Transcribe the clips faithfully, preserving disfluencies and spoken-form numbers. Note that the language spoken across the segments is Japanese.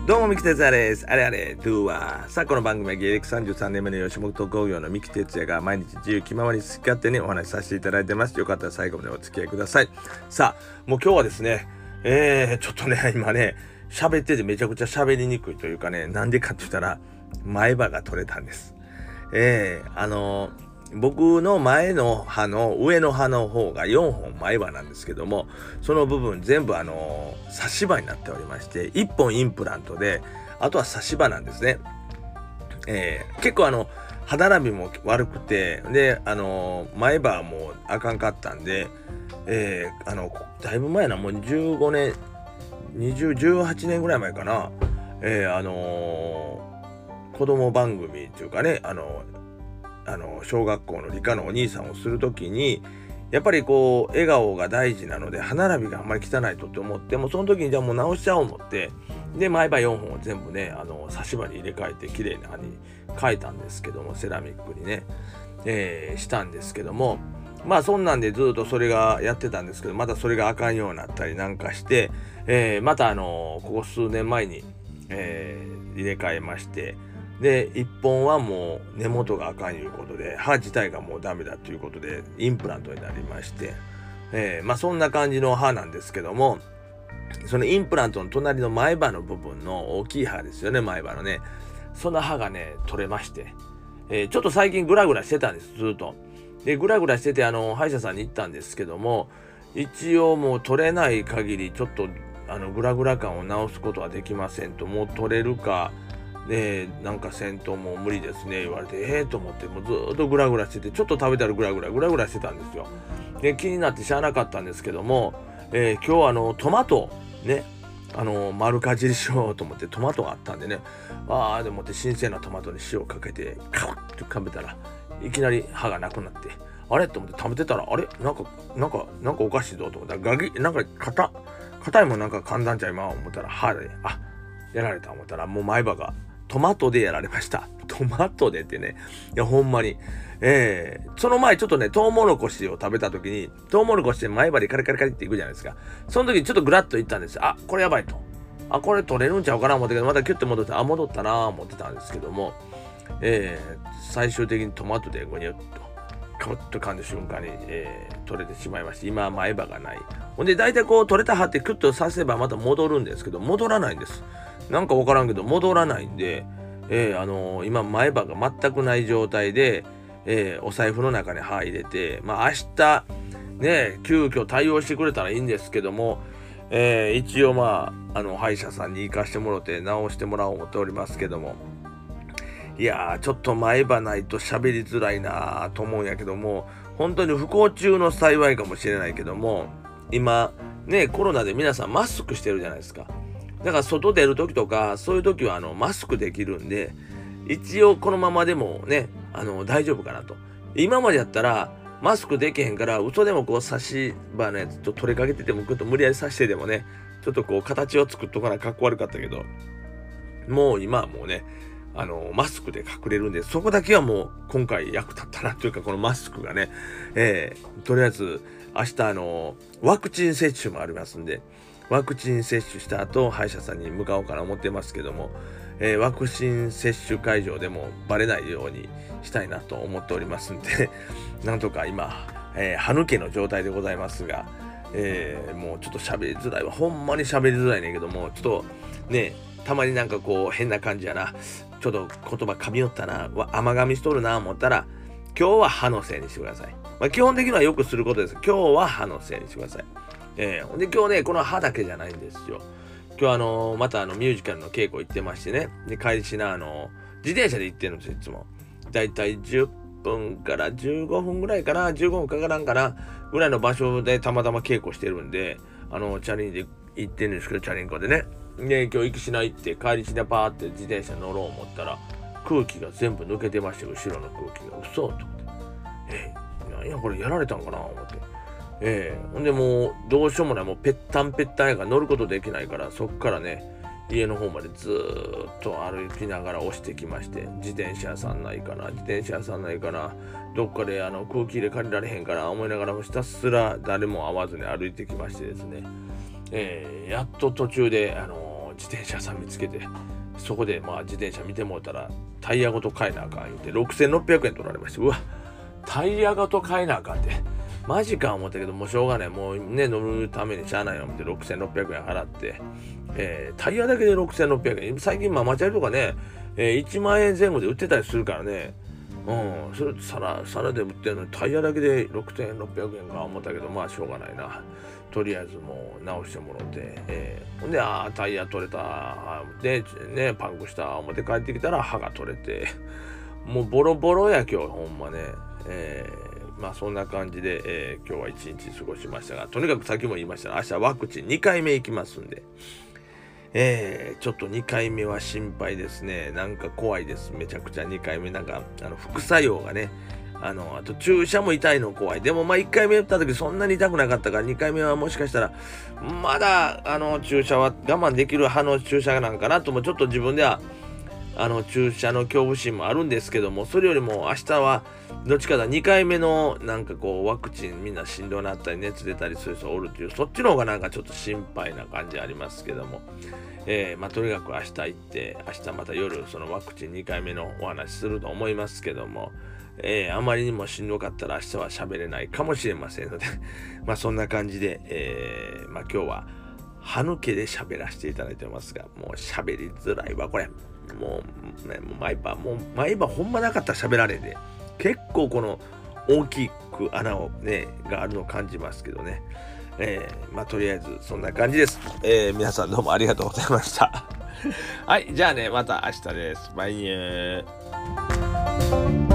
どうも三木哲也です。あれあれドゥーワー。さあこの番組は芸歴さんじゅうさんねんめの吉本興業の三木哲也が毎日自由気ままに好き勝手にお話しさせていただいてます。よかったら最後までお付き合いください。さあもう今日はですね、えー、ちょっとね今ね喋っててめちゃくちゃ喋りにくいというかね、なんでかって言ったら前歯が取れたんです。えー、あのー僕の前の歯の上の歯の方がよんほん前歯なんですけども、その部分全部あの差し歯になっておりまして、いっぽんインプラントで、あとは差し歯なんですね。えー、結構あの歯並びも悪くて、であの前歯もあかんかったんで、えー、あのだいぶ前な、もうじゅうごねんにじゅう、じゅうはちねんぐらい前かな、えー、あのー、子供番組っていうかね、あのあの小学校の理科のお兄さんをするときに、やっぱりこう笑顔が大事なので歯並びがあんまり汚いとって思って、もうその時にじゃあもう直しちゃおう思って、で前歯よんほんを全部ねあの差し歯に入れ替えて綺麗な歯に変えたんですけども、セラミックにね、えー、したんですけども、まあそんなんでずっとそれがやってたんですけど、またそれがあかんようになったりなんかして、えー、またあのここ数年前に、えー、入れ替えまして、でいっぽんはもう根元があかんいうことで、歯自体がもうダメだということでインプラントになりまして、えー、まあそんな感じの歯なんですけども、そのインプラントの隣の前歯の部分の大きい歯ですよね、前歯のね、その歯がね取れまして、えー、ちょっと最近グラグラしてたんです、ずっと。でグラグラしててあの歯医者さんに行ったんですけども、一応もう取れない限りちょっとあのグラグラ感を直すことはできませんと、もう取れるかでなんかせんともう無理ですね言われて、ええー、と思って、もうずっとグラグラしてて、ちょっと食べたらグラグラグラグラしてたんですよ。で気になってしゃあなかったんですけども、えー、今日あのトマトね、あの丸かじりしようと思ってトマトがあったんでね、ああでもって新鮮なトマトに塩かけてカッと食べたらいきなり歯がなくなって、あれと思って食べてたら、あれなんかなんかなんかおかしいぞと思ったら、ガギなんか硬硬いもんなんか噛んだんちゃいま思ったら、歯であやられた思ったら、もう前歯がトマトでやられました。トマトでってね、いやほんまに、えー、その前ちょっとねトウモロコシを食べた時に、トウモロコシで前歯でカリカリカリっていくじゃないですか。その時にちょっとグラッといったんですよ。あこれやばいと、あこれ取れるんちゃうかな思ったけど、またキュッて戻って、あ戻ったなー思ってたんですけども、えー、最終的にトマトでゴニュッとカブッと噛んだ瞬間に、えー、取れてしまいまして、今は前歯がない。ほんで大体こう取れた歯ってキュッとさせばまた戻るんですけど、戻らないんです。なんか分からんけど戻らないんで、えー、あのー、今前歯が全くない状態で、えー、お財布の中に歯入れて、まあ明日ね急遽対応してくれたらいいんですけども、えー、一応まああの歯医者さんに行かしてもらって直してもらおう思っておりますけども、いやーちょっと前歯ないと喋りづらいなと思うんやけども、本当に不幸中の幸いかもしれないけども、今ねコロナで皆さんマスクしてるじゃないですか。だから外出る時とかそういう時はあのマスクできるんで、一応このままでもねあの大丈夫かなと。今までやったらマスクできへんから嘘でもこう差し歯のやつと取りかけてても、ちょっと無理やり刺してでもねちょっとこう形を作っとかなかっこ悪かったけど、もう今はもうねあのマスクで隠れるんで、そこだけはもう今回役立ったなというか、このマスクがね、えー、とりあえず明日あのワクチン接種もありますんで、ワクチン接種した後歯医者さんに向かおうかな思ってますけども、えー、ワクチン接種会場でもバレないようにしたいなと思っておりますんでなんとか今、えー、歯抜けの状態でございますが、えー、もうちょっと喋りづらいわ、ほんまに喋りづらいねんけども、ちょっとねたまになんかこう変な感じやな、ちょっと言葉噛み寄ったな、甘噛みしとるな思ったら、今日は歯のせいにしてください。まあ、基本的にはよくすることです。今日は歯のせいにしてください。えー、で今日ねこの歯だけじゃないんですよ。今日あのー、またあのミュージカルの稽古行ってましてね、で帰りしなあの自転車で行ってるんですよ。いつもだいたいじゅっぷんからじゅうごふんぐらいかな、じゅうごふんかからんかなぐらいの場所でたまたま稽古してるんで、あのチャリンで行ってるんですけど、チャリンコでね、で今日行くしな行って帰りしなパーって自転車乗ろう思ったら空気が全部抜けてまして、後ろの空気が嘘と思って、えー、なんやこれやられたんかな思って、ええー、ほんでもうどうしようもない、もうぺったんぺったんやから乗ることできないから、そっからね家の方までずーっと歩きながら押してきまして、自転車屋さんないかな自転車屋さんないかなどっかであの空気入れ借りられへんから思いながら、ひたすら誰も会わずに歩いてきましてですね、えー、やっと途中であの自転車屋さん見つけて、そこでまあ自転車見てもらったらタイヤごと買えなあかん言うてろくせんろっぴゃくえん取られました。うわ、タイヤごと買えなあかんってマジか思ったけど、もうしょうがない、もうね乗るためにしゃあないよってろくせんろっぴゃくえん払って、えー、タイヤだけでろくせんろっぴゃくえん、最近ママチャリとかね、えー、いちまんえんぜん後で売ってたりするからね、うん、それさらさらで売ってるのにタイヤだけでろくせんろっぴゃくえんか思ったけど、まあしょうがないな。とりあえずもう直してもらって、えー、ほんで、ああタイヤ取れたでね、パンクした思って帰ってきたら刃が取れて、もうボロボロや今日ほんまね。えー、まあそんな感じで、えー、今日は一日過ごしましたが、とにかくさっきも言いましたが、明日ワクチンにかいめ行きますんで、えー、ちょっとにかいめは心配ですね。なんか怖いです。めちゃくちゃにかいめなんかあの副作用がね、あのあと注射も痛いの怖い。でもまあいっかいめ打った時そんなに痛くなかったから、にかいめはもしかしたらまだあの注射は我慢できる派の注射なんかなともちょっと自分ではあの注射の恐怖心もあるんですけども、それよりも明日はどっちかだにかいめのなんかこうワクチンみんなしんどなったり熱出たりする人おるっていう、そっちの方がなんかちょっと心配な感じありますけども、えー、まあとにかく明日行って明日また夜そのワクチンにかいめのお話すると思いますけども、えー、あまりにもしんどかったら明日は喋れないかもしれませんのでまあそんな感じで、えー、まあ今日は歯抜けで喋らせていただいてますが、もう喋りづらいわこれ。もう、ね、もう毎晩もう毎晩ほんまなかったら喋られて、結構この大きく穴をねがあるのを感じますけどね。えー、まあとりあえずそんな感じです。えー、皆さんどうもありがとうございましたはい、じゃあね、また明日です。バイニュー。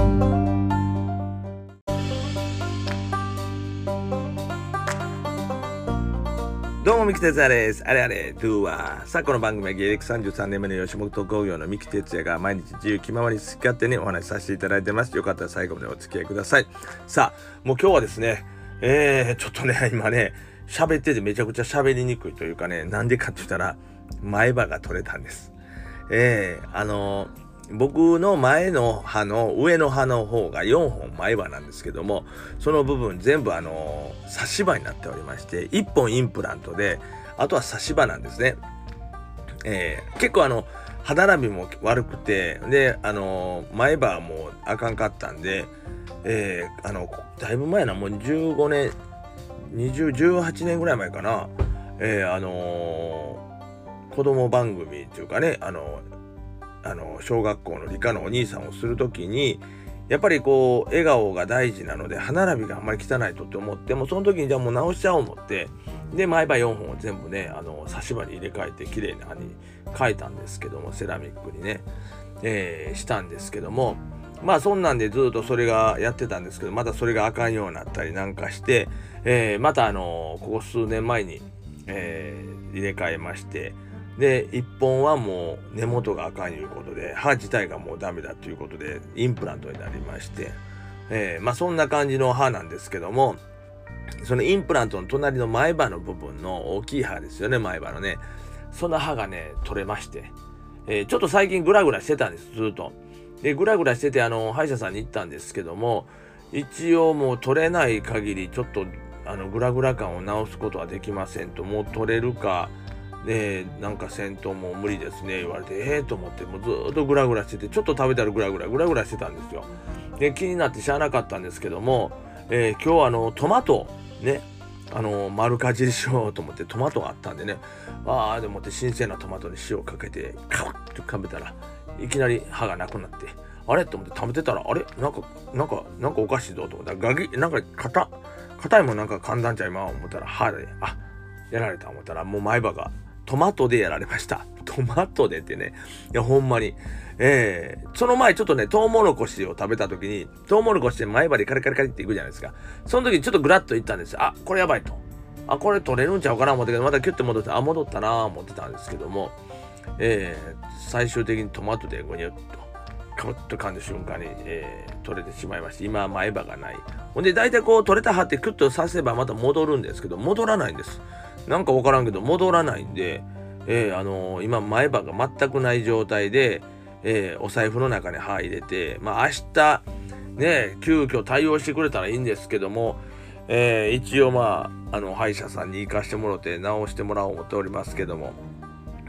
どうも、三木哲也です。あれあれ、ドゥーは。さあ、この番組は芸歴さんじゅうさんねんめの吉本興業の三木哲也が毎日自由気ままに好き勝手にお話しさせていただいてます。よかったら最後までお付き合いください。さあ、もう今日はですね、えー、ちょっとね、今ね、喋っててめちゃくちゃ喋りにくいというかね、なんでかって言ったら、前歯が取れたんです。えー、あのー、僕の前の歯の上の歯の方がよんほん前歯なんですけども、その部分全部あの差し歯になっておりまして、いっぽんインプラントで、あとは差し歯なんですね。えー、結構あの歯並びも悪くて、であの前歯もあかんかったんで、えー、あのだいぶ前な、もうじゅうごねんにじゅう、じゅうはちねんぐらい前かな、えー、あのー、子供番組っていうかね、あのあの小学校の理科のお兄さんをするときに、やっぱりこう笑顔が大事なので歯並びがあんまり汚いとって思って、もうその時にじゃあもう直しちゃおう思って、で前歯よんほんを全部ねあの差し歯に入れ替えて綺麗な歯に変えたんですけども、セラミックにね、えー、したんですけども、まあそんなんでずっとそれがやってたんですけど、またそれがあかんようになったりなんかして、えー、またあのここ数年前に、えー、入れ替えまして、でいっぽんはもう根元があかんいうことで、歯自体がもうダメだということでインプラントになりまして、えー、まあそんな感じの歯なんですけども、そのインプラントの隣の前歯の部分の大きい歯ですよね、前歯のね、その歯がね取れまして、えー、ちょっと最近グラグラしてたんです、ずっと。でグラグラしててあの歯医者さんに行ったんですけども、一応もう取れない限りちょっとあのグラグラ感を直すことはできませんと、もう取れるかでなんかせんともう無理ですね言われて、ええー、と思って、もうずっとグラグラしてて、ちょっと食べたらグラグラグラグラしてたんですよ。で気になってしゃあなかったんですけども、えー、今日あのトマトね、あの丸かじりしようと思ってトマトがあったんでね、ああでもって新鮮なトマトに塩かけてカワッと食べたらいきなり歯がなくなって、あれと思って食べてたら、あれなんかなんかなんかおかしいぞと思ったら、ガギなんか硬硬いもんなんか噛んだんちゃいま思ったら、歯であやられた思ったら、もう前歯がトマトでやられました。トマトでってね、いやほんまに、えー、その前ちょっとねトウモロコシを食べた時に、トウモロコシで前歯でカリカリカリっていくじゃないですか。その時にちょっとグラッといったんですよ。あこれやばいと、あこれ取れるんちゃうかな思ったけど、またキュッて戻って、あ戻ったなぁ思ってたんですけども、えー、最終的にトマトでゴニュッとカブッと噛んだ瞬間に、えー、取れてしまいまして、今は前歯がない。ほんで大体こう取れた歯ってキュッと刺せばまた戻るんですけど、戻らないんです。なんか分からんけど戻らないんで、えー、あのー、今前歯が全くない状態で、えー、お財布の中に歯入れて、まあ明日ね急遽対応してくれたらいいんですけども、えー、一応まああの歯医者さんに行かしてもらって直してもらおうと思っておりますけども、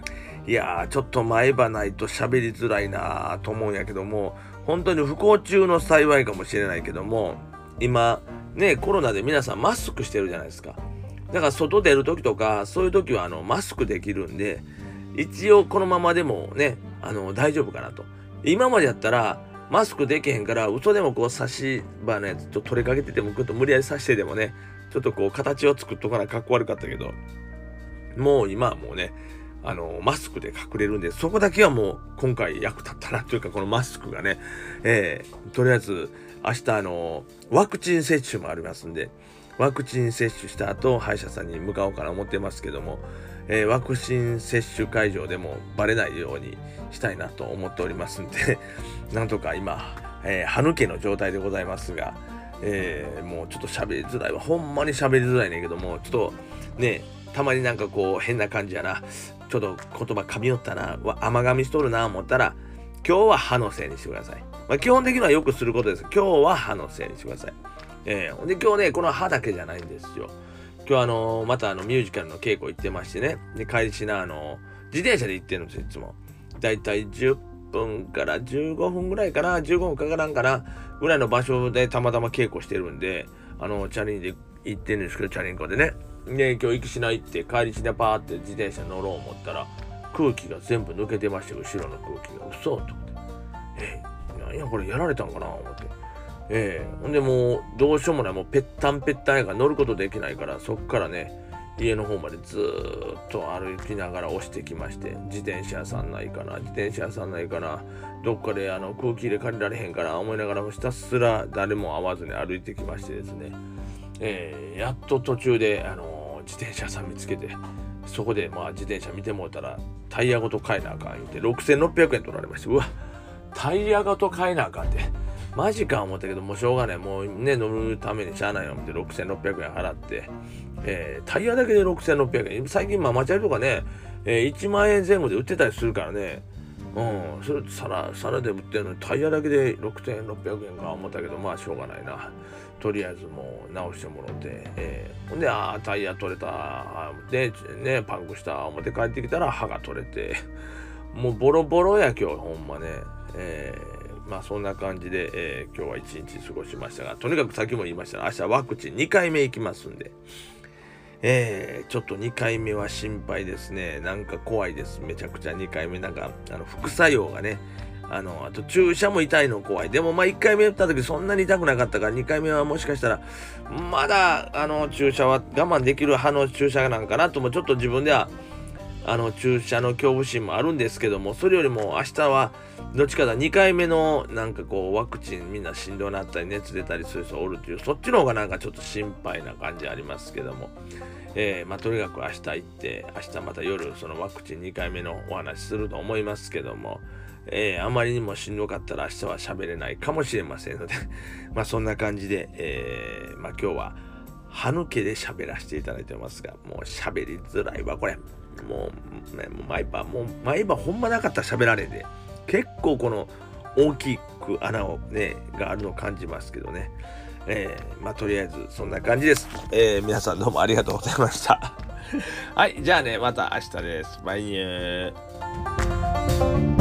いやーちょっと前歯ないと喋りづらいなと思うんやけども、本当に不幸中の幸いかもしれないけども、今ねコロナで皆さんマスクしてるじゃないですか。だから外出る時とかそういう時はあのマスクできるんで、一応このままでもねあの大丈夫かなと。今までやったらマスクできへんから嘘でもこう差し歯のやつと取りかけててもぐっと無理やり刺してでもねちょっとこう形を作っとかなかっこ悪かったけど、もう今はもうねあのマスクで隠れるんで、そこだけはもう今回役立ったなというか、このマスクがね、えー、とりあえず明日あのワクチン接種もありますんで、ワクチン接種した後歯医者さんに向かおうかな思ってますけども、えー、ワクチン接種会場でもバレないようにしたいなと思っておりますんでなんとか今、えー、歯抜けの状態でございますが、えー、もうちょっと喋りづらいわ。ほんまに喋りづらいねんけども、ちょっとねたまになんかこう変な感じやな、ちょっと言葉噛み寄ったな、甘噛みしとるな思ったら、今日は歯のせいにしてください。まあ、基本的にはよくすることです。今日は歯のせいにしてください。えー、で今日ねこの歯だけじゃないんですよ。今日あのー、またあのミュージカルの稽古行ってましてね、で帰りしなあのー、自転車で行ってるんですよ。いつもだいたいじゅっぷんからじゅうごふんぐらいかな、じゅうごふんかからんかなぐらいの場所でたまたま稽古してるんで、あのチャリンで行ってるんですけど、チャリンコでね、で今日行きしな行って帰りしなパーって自転車乗ろう思ったら空気が全部抜けてました。後ろの空気が嘘と思って、えー、なんやこれやられたんかな思って、えー、ほんでもうどうしようもない、もうぺったんぺったんやから乗ることできないから、そっからね家の方までずーっと歩きながら押してきまして、自転車屋さんないかな自転車屋さんないかなどっかであの空気入れ借りられへんから思いながらひたすら誰も会わずに歩いてきましてですね、えー、やっと途中であのー、自転車屋さん見つけて、そこでまあ自転車見てもうたらタイヤごと買えなあかん言ってろくせんろっぴゃくえん取られまして、うわタイヤごと買えなあかんってマジか思ったけど、もうしょうがない、もうね乗るためにしゃあないよ思ってろくせんろっぴゃくえん払って、えー、タイヤだけでろくせんろっぴゃくえん、最近ママチャリとかね、えー、いちまんえんぜん後で売ってたりするからね、うん、それ皿皿で売ってるのにタイヤだけでろくせんろっぴゃくえんか思ったけど、まあしょうがないな、とりあえずもう直してもらって、えー、ほんであータイヤ取れたでねパンクした思って帰ってきたら歯が取れてもうボロボロや今日ほんまね、えー、まあそんな感じで、えー、今日は一日過ごしましたが、とにかくさっきも言いましたが明日ワクチンにかいめ行きますんで、えー、ちょっとにかいめは心配ですね。なんか怖いです。めちゃくちゃにかいめなんかあの副作用がね、あのあと注射も痛いの怖い。でもまあいっかいめ打った時そんなに痛くなかったから、にかいめはもしかしたらまだあの注射は我慢できる派の注射なんかなともちょっと自分ではあの注射の恐怖心もあるんですけども、それよりも明日はどっちかだにかいめのなんかこうワクチンみんなしんどなったり熱出たりする人おるっていう、そっちの方がなんかちょっと心配な感じありますけども、えー、まあとにかく明日行って明日また夜そのワクチンにかいめのお話すると思いますけども、えー、あまりにもしんどかったら明日は喋れないかもしれませんのでまあそんな感じで、えー、まあ今日は歯抜けで喋らせていただいてますが、もう喋りづらいわこれ。もう、ね、もう毎晩もう毎晩ほんまなかったら喋られて、結構この大きく穴をねがあるのを感じますけどね、えー、まあとりあえずそんな感じです。えー、皆さんどうもありがとうございましたはいじゃあねまた明日です。バイニュー。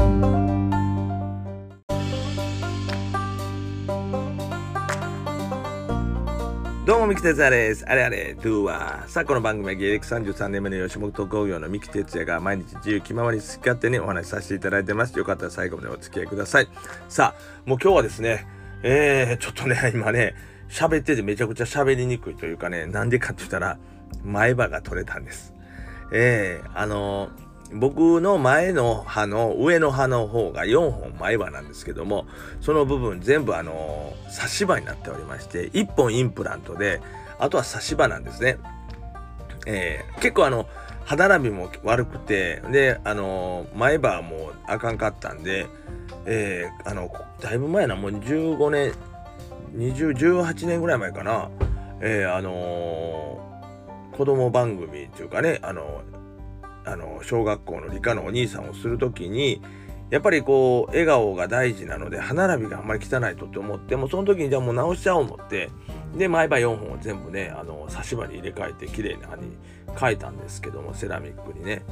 どうも、三木哲也です。あれあれ、ドゥは。さあ、この番組は芸歴さんじゅうさんねんめの吉本興業の三木哲也が毎日自由気ままに好き勝手にお話しさせていただいてます。よかったら最後までお付き合いください。さあ、もう今日はですね、えー、ちょっとね、今ね、喋っててめちゃくちゃ喋りにくいというかね、なんでかって言ったら、前歯が取れたんです。えー、あのー、僕の前の歯の上の歯の方がよんほん前歯なんですけども、その部分全部あの差し歯になっておりまして、いっぽんインプラントであとは差し歯なんですね。えー、結構あの歯並びも悪くて、であの前歯もあかんかったんで、えー、あのだいぶ前な、もうじゅうごねんにじゅう、じゅうはちねんぐらい前かな、えー、あのー、子供番組っていうかね、あのあの小学校の理科のお兄さんをするときにやっぱりこう笑顔が大事なので歯並びがあんまり汚いとって思って、もうその時にじゃあもう直しちゃおう思って、で前歯よんほんを全部ねあの差し歯に入れ替えて綺麗な歯に変えたんですけども、セラミックにね、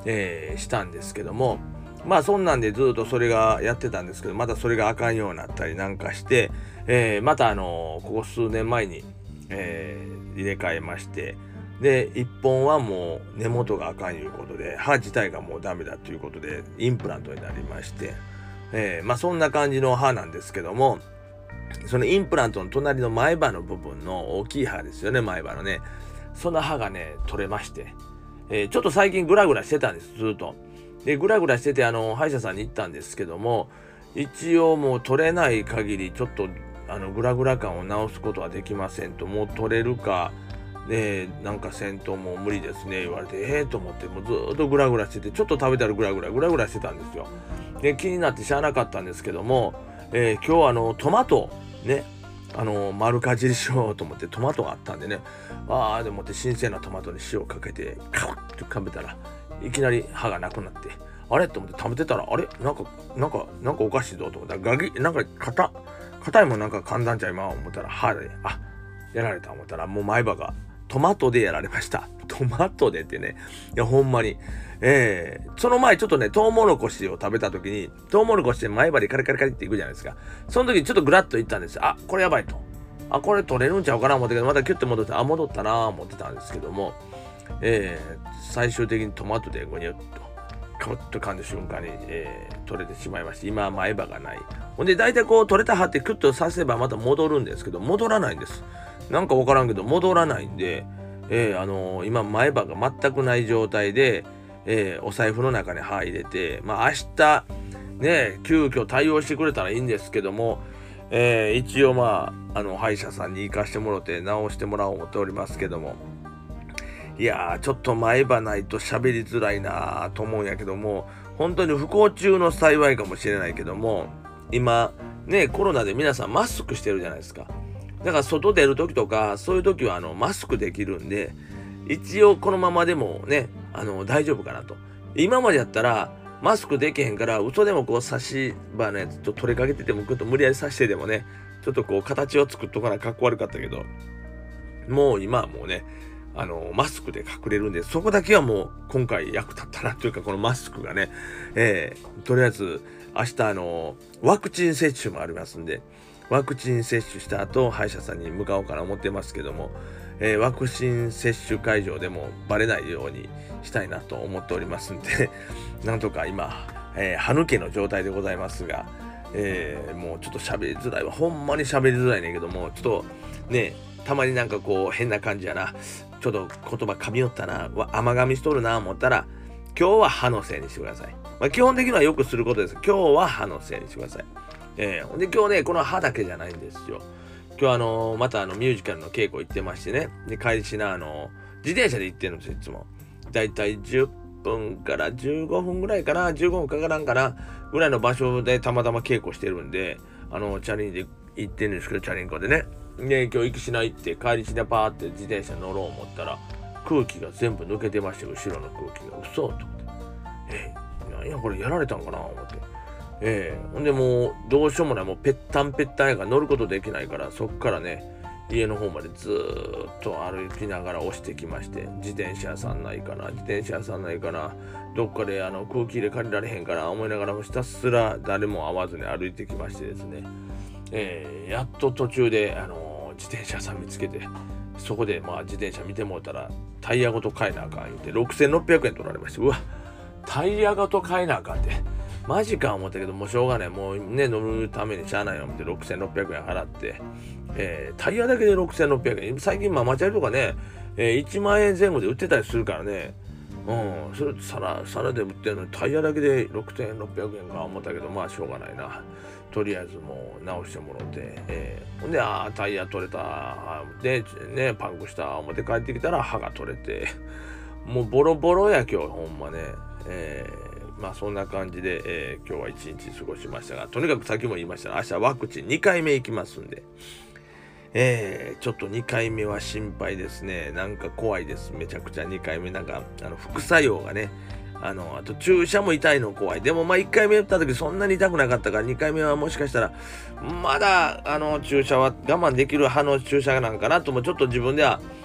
えー、したんですけども、まあそんなんでずっとそれがやってたんですけど、またそれがあかんようになったりなんかして、えー、またあのここ数年前に、えー、入れ替えまして、でいっぽんはもう根元があかんいうことで、歯自体がもうダメだということでインプラントになりまして、えー、まあそんな感じの歯なんですけども、そのインプラントの隣の前歯の部分の大きい歯ですよね、前歯のね、その歯がね取れまして、えー、ちょっと最近グラグラしてたんです、ずっと。でグラグラしてて、あの歯医者さんに行ったんですけども、一応もう取れない限りちょっとあのグラグラ感を直すことはできませんと、もう取れるかでなんかせんともう無理ですね言われて、ええー、と思って、もうずっとグラグラしてて、ちょっと食べたらグラグラグラグラしてたんですよ。で気になってしゃあなかったんですけども、えー、今日はあのトマトね、あの丸かじりしようと思ってトマトがあったんでね、ああでもって新鮮なトマトに塩かけてカワッと食べたらいきなり歯がなくなって、あれと思って食べてたら、あれなんかなんかなんかおかしいぞと思ったら、ガギなんか硬硬いもんなんか噛んだんちゃいま思ったら、歯であやられた思ったら、もう前歯がトマトでやられました。トマトでってね、いやほんまに、えー、その前ちょっとねトウモロコシを食べた時に、トウモロコシで前歯でカリカリカリっていくじゃないですか。その時にちょっとグラッといったんですよ。あこれやばいと、あこれ取れるんちゃうかな思ったけど、またキュッて戻って、あ戻ったなー思ってたんですけども、えー、最終的にトマトでゴニュッとカブッと噛んだ瞬間に、えー、取れてしまいまして、今は前歯がない。ほんで大体こう取れた歯ってクッとさせばまた戻るんですけど、戻らないんです。なんか分からんけど戻らないんで、えー、あのー、今前歯が全くない状態で、えー、お財布の中に歯入れて、まあ明日ね急遽対応してくれたらいいんですけども、えー、一応まああの歯医者さんに行かしてもらって直してもらおうと思っておりますけども、いやーちょっと前歯ないと喋りづらいなと思うんやけども、本当に不幸中の幸いかもしれないけども、今ねコロナで皆さんマスクしてるじゃないですか。だから外出る時とかそういう時はあのマスクできるんで、一応このままでもねあの大丈夫かなと。今までやったらマスクできへんから、嘘でもこう差し歯のやつと取りかけてても、ぐっと無理やり刺してでもねちょっとこう形を作っとかなかっこ悪かったけど、もう今はもうねあのマスクで隠れるんで、そこだけはもう今回役立ったなというか、このマスクがね、えー、とりあえず明日あのワクチン接種もありますんで、ワクチン接種した後歯医者さんに向かおうかな思ってますけども、えー、ワクチン接種会場でもバレないようにしたいなと思っておりますんでなんとか今、えー、歯抜けの状態でございますが、えー、もうちょっと喋りづらいわ、ほんまに喋りづらいねんけども、ちょっとねたまになんかこう変な感じやな、ちょっと言葉噛み寄ったな、甘噛みしとるな思ったら、今日は歯のせいにしてください。まあ、基本的にはよくすることです。今日は歯のせいにしてください。えー、で今日ねこの歯だけじゃないんですよ。今日あのー、またあのミュージカルの稽古行ってましてね、で帰りしなあのー、自転車で行ってるんですよ。いつもだいたいじゅっぷんからじゅうごふんぐらいかな、じゅうごふんかからんかなぐらいの場所でたまたま稽古してるんで、あのチャリンで行ってるんですけど、チャリンコでね、で今日行きしな行って帰りしなパーって自転車乗ろう思ったら、空気が全部抜けてましたよ、後ろの空気が。嘘と思って、えー、なんやこれやられたんかな思って、えー、ほんでもうどうしようもない、もうぺったんぺったんやから乗ることできないから、そっからね家の方までずーっと歩きながら押してきまして、自転車屋さんないかな、自転車屋さんないかな、どっかであの空気入れ借りられへんかな思いながらも、ひたすら誰も会わずに歩いてきましてですね、えー、やっと途中で、あのー、自転車屋さん見つけて、そこでまあ自転車見てもらったら、タイヤごと買えなあかん言ってろくせんろっぴゃくえん取られまして、うわタイヤごと買えなあかんってマジか思ったけど、もうしょうがない、もうね乗るためにしゃあないよ思ってろくせんろっぴゃくえん払って、えー、タイヤだけでろくせんろっぴゃくえん、最近ママチャリとかね、えー、いちまんえんぜん後で売ってたりするからね、うん、それ皿皿で売ってるのにタイヤだけでろくせんろっぴゃくえんか思ったけど、まあしょうがないな、とりあえずもう直してもらって、えー、ほんであタイヤ取れたでねパンクした思って帰ってきたら歯が取れて、もうボロボロや今日ほんまね、えーまあそんな感じで、えー、今日は一日過ごしましたが、とにかくさっきも言いましたが、明日ワクチンにかいめ行きますんで、えー、ちょっとにかいめは心配ですね。なんか怖いです。めちゃくちゃにかいめなんかあの副作用がね、あのあと注射も痛いの怖い。でもまあいっかいめ打った時そんなに痛くなかったから、にかいめはもしかしたらまだあの注射は我慢できる歯の注射なんかなともちょっと自分では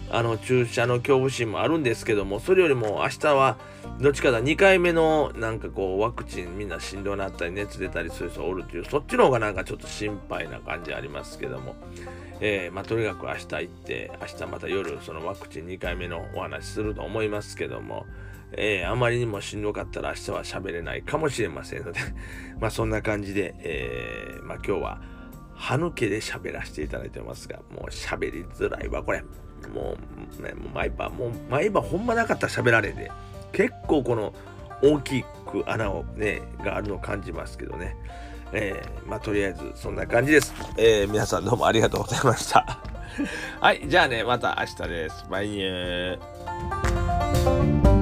あの注射の恐怖心もあるんですけども、それよりも明日はどっちかだにかいめのなんかこうワクチンみんなしんどなったり熱出たりする人おるっていう、そっちの方がなんかちょっと心配な感じありますけども、えー、まあとにかく明日行って明日また夜そのワクチンにかいめのお話すると思いますけども、えー、あまりにもしんどかったら明日は喋れないかもしれませんのでまあそんな感じで、えー、まあ今日は歯抜けで喋らせていただいてますが、もう喋りづらいわこれ。もう、ね、もう毎晩もう毎晩ほんまなかったら喋られて、結構この大きく穴をねがあるのを感じますけどね。えー、まあとりあえずそんな感じです。えー、皆さんどうもありがとうございましたはい、じゃあね、また明日です。バイニュー。